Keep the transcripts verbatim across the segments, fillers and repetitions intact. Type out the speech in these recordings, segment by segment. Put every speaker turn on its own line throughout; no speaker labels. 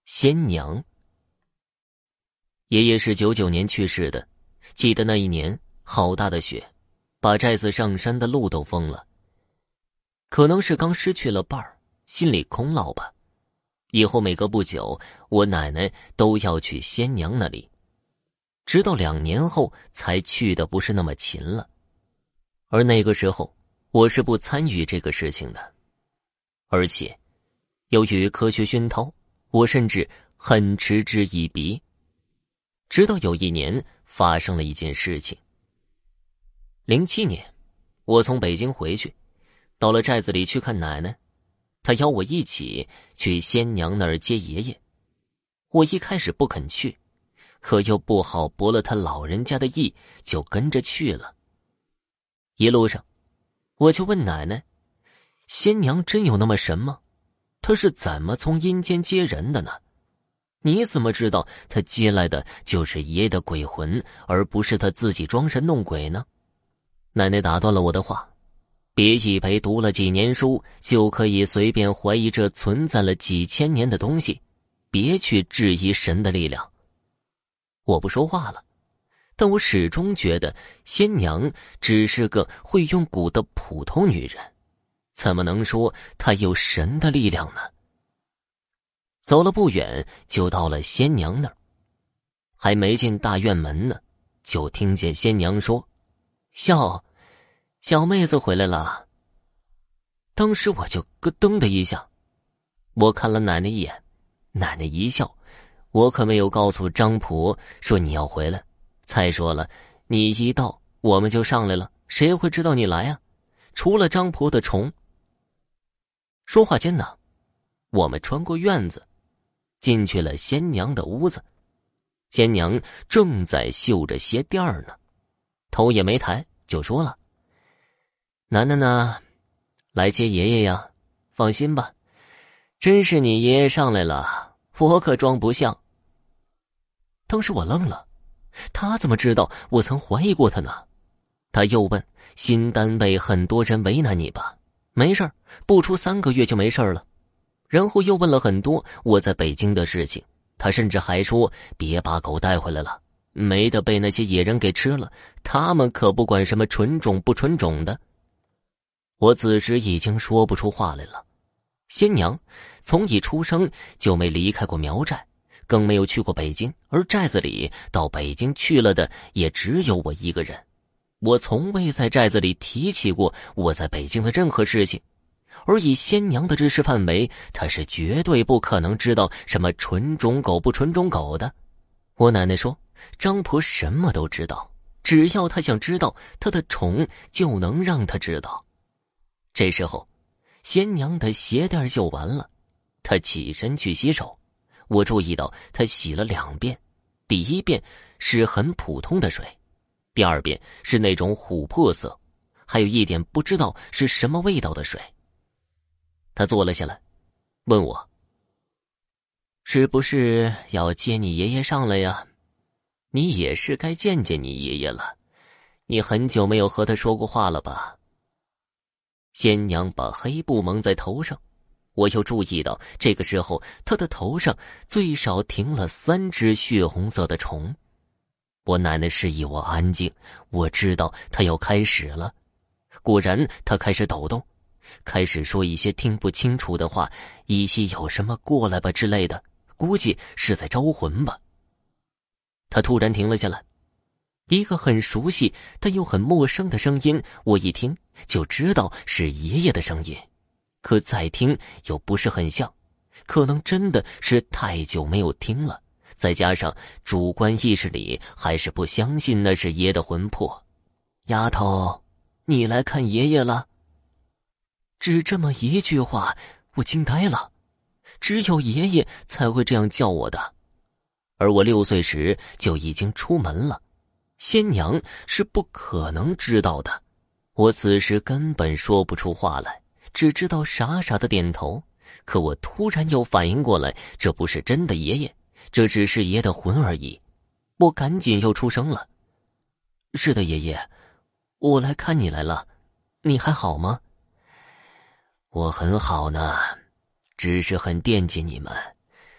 仙娘。爷爷是九九年去世的，记得那一年好大的雪，把寨子上山的路都封了。可能是刚失去了伴儿，心里空落吧。以后每隔不久，我奶奶都要去仙娘那里，直到两年后才去的不是那么勤了。而那个时候，我是不参与这个事情的，而且由于科学熏陶，我甚至很嗤之以鼻。直到有一年发生了一件事情。零七年，我从北京回去，到了寨子里去看奶奶，她邀我一起去仙娘那儿接爷爷。我一开始不肯去，可又不好驳了她老人家的意，就跟着去了。一路上，我就问奶奶，仙娘真有那么神吗？她是怎么从阴间接人的呢？你怎么知道她接来的就是爷爷的鬼魂，而不是她自己装神弄鬼呢？奶奶打断了我的话，别以为读了几年书就可以随便怀疑这存在了几千年的东西，别去质疑神的力量。我不说话了，但我始终觉得仙娘只是个会用蛊的普通女人，怎么能说她有神的力量呢？走了不远，就到了仙娘那儿，还没进大院门呢，就听见仙娘说：“笑，小妹子回来了。”当时我就咯噔的一下，我看了奶奶一眼，奶奶一笑：“我可没有告诉张婆说你要回来。再说了，你一到我们就上来了，谁会知道你来啊？除了张婆的虫。”说话间呢，我们穿过院子，进去了仙娘的屋子。仙娘正在绣着鞋垫儿呢，头也没抬就说了：“楠楠呢？来接爷爷呀？放心吧，真是你爷爷上来了，我可装不像。”当时我愣了，他怎么知道我曾怀疑过他呢？他又问：“新单位很多人为难你吧？没事儿，不出三个月就没事儿了。”然后又问了很多我在北京的事情，他甚至还说别把狗带回来了，没得被那些野人给吃了，他们可不管什么纯种不纯种的。我此时已经说不出话来了。仙娘从一出生就没离开过苗寨，更没有去过北京，而寨子里到北京去了的也只有我一个人。我从未在寨子里提起过我在北京的任何事情，而以仙娘的知识范围，她是绝对不可能知道什么纯种狗不纯种狗的。我奶奶说，张婆什么都知道，只要她想知道她的宠，就能让她知道。这时候，仙娘的鞋垫绣完了，她起身去洗手。我注意到她洗了两遍，第一遍是很普通的水，第二遍是那种琥珀色，还有一点不知道是什么味道的水。他坐了下来，问我：“是不是要接你爷爷上来呀？你也是该见见你爷爷了，你很久没有和他说过话了吧？”仙娘把黑布蒙在头上，我又注意到这个时候她的头上最少停了三只血红色的虫。我奶奶示意我安静，我知道她要开始了。果然她开始抖动，开始说一些听不清楚的话，一些有什么过来吧之类的，估计是在招魂吧。他突然停了下来，一个很熟悉但又很陌生的声音，我一听就知道是爷爷的声音，可再听又不是很像，可能真的是太久没有听了，再加上主观意识里还是不相信那是爷的魂魄。丫头，你来看爷爷了。只这么一句话，我惊呆了。只有爷爷才会这样叫我的，而我六岁时就已经出门了，仙娘是不可能知道的。我此时根本说不出话来，只知道傻傻的点头。可我突然又反应过来，这不是真的爷爷，这只是爷的魂而已。我赶紧又出声了：“是的，爷爷，我来看你来了，你还好吗？”“我很好呢，只是很惦记你们。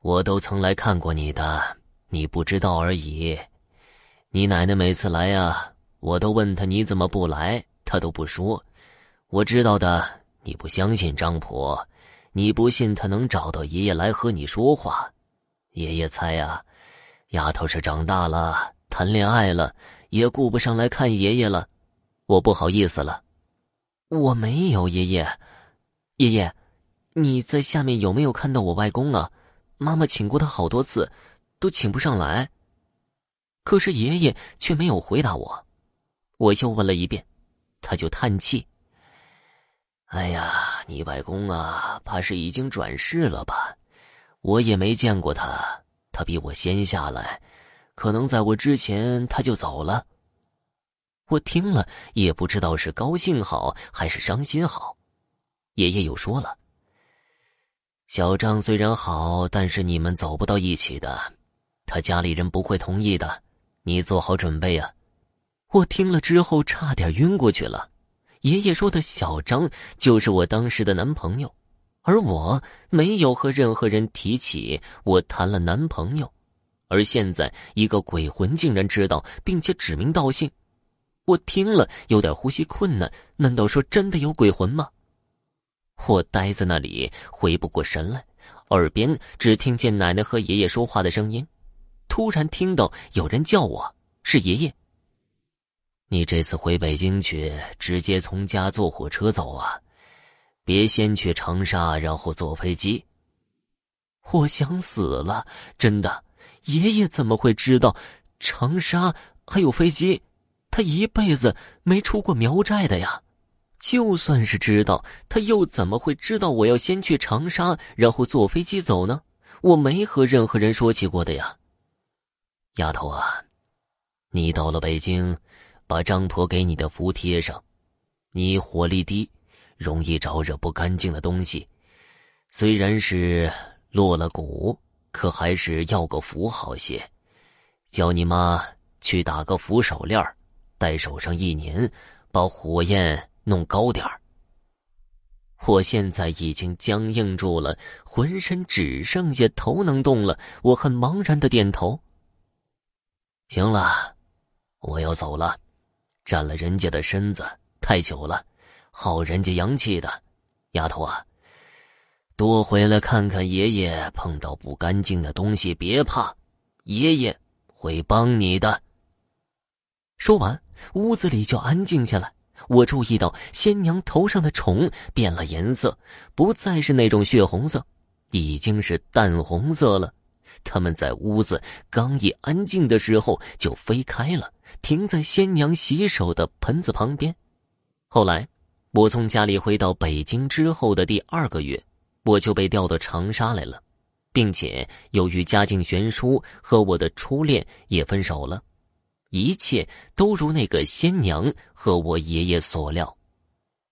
我都曾来看过你的，你不知道而已。你奶奶每次来啊，我都问她你怎么不来，她都不说。我知道的，你不相信张婆，你不信她能找到爷爷来和你说话。爷爷猜啊，丫头是长大了，谈恋爱了，也顾不上来看爷爷了。我不好意思了。我没有，爷爷。爷爷，你在下面有没有看到我外公啊？妈妈请过他好多次，都请不上来。可是爷爷却没有回答我。我又问了一遍，他就叹气。哎呀，你外公啊，怕是已经转世了吧？我也没见过他，他比我先下来，可能在我之前他就走了。我听了也不知道是高兴好还是伤心好。爷爷又说了，小张虽然好，但是你们走不到一起的，他家里人不会同意的，你做好准备啊。我听了之后差点晕过去了。爷爷说的小张就是我当时的男朋友，而我没有和任何人提起我谈了男朋友，而现在一个鬼魂竟然知道并且指名道姓。我听了有点呼吸困难，难道说真的有鬼魂吗？我呆在那里回不过神来，耳边只听见奶奶和爷爷说话的声音。突然听到有人叫我，是爷爷。你这次回北京去，直接从家坐火车走啊，别先去长沙然后坐飞机。我想死了，真的，爷爷怎么会知道长沙还有飞机？他一辈子没出过苗寨的呀。就算是知道，他又怎么会知道我要先去长沙然后坐飞机走呢？我没和任何人说起过的呀。丫头啊，你到了北京，把张婆给你的符贴上。你火力低，容易招惹不干净的东西，虽然是落了蛊，可还是要个符好些。叫你妈去打个符手链，戴手上一年，把火焰弄高点儿。我现在已经僵硬住了，浑身只剩下头能动了，我很茫然的点头。行了，我要走了，占了人家的身子太久了，耗人家阳气的。丫头啊，多回来看看爷爷，碰到不干净的东西别怕，爷爷会帮你的。说完，屋子里就安静下来。我注意到仙娘头上的虫变了颜色，不再是那种血红色，已经是淡红色了。它们在屋子刚一安静的时候就飞开了，停在仙娘洗手的盆子旁边。后来我从家里回到北京之后的第二个月，我就被调到长沙来了，并且由于家境悬殊，和我的初恋也分手了。一切都如那个仙娘和我爷爷所料。